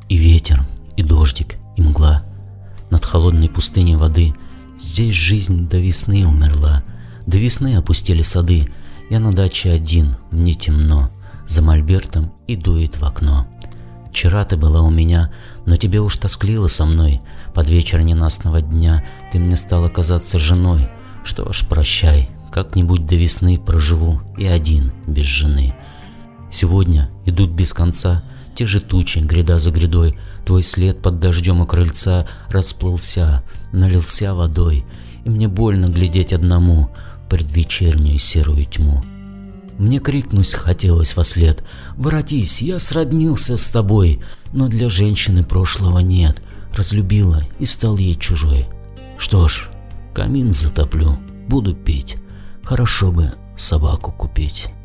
И ветер, и дождик, и мгла. Над холодной пустыней воды. Здесь жизнь до весны умерла. До весны опустили сады. Я на даче один, мне темно. За мольбертом и дует в окно. Вчера ты была у меня, но тебе уж тоскливо со мной. Под вечер ненастного дня ты мне стала казаться женой. Что ж, прощай, как-нибудь до весны проживу и один, без жены. Сегодня идут без конца те же тучи, гряда за грядой. Твой след под дождем у крыльца расплылся, налился водой. И мне больно глядеть одному в предвечернюю серую тьму. Мне крикнуть хотелось вослед: «Воротись, я сроднился с тобой!» Но для женщины прошлого нет, разлюбила и стал ей чужой. Что ж, камин затоплю, буду петь, хорошо бы собаку купить.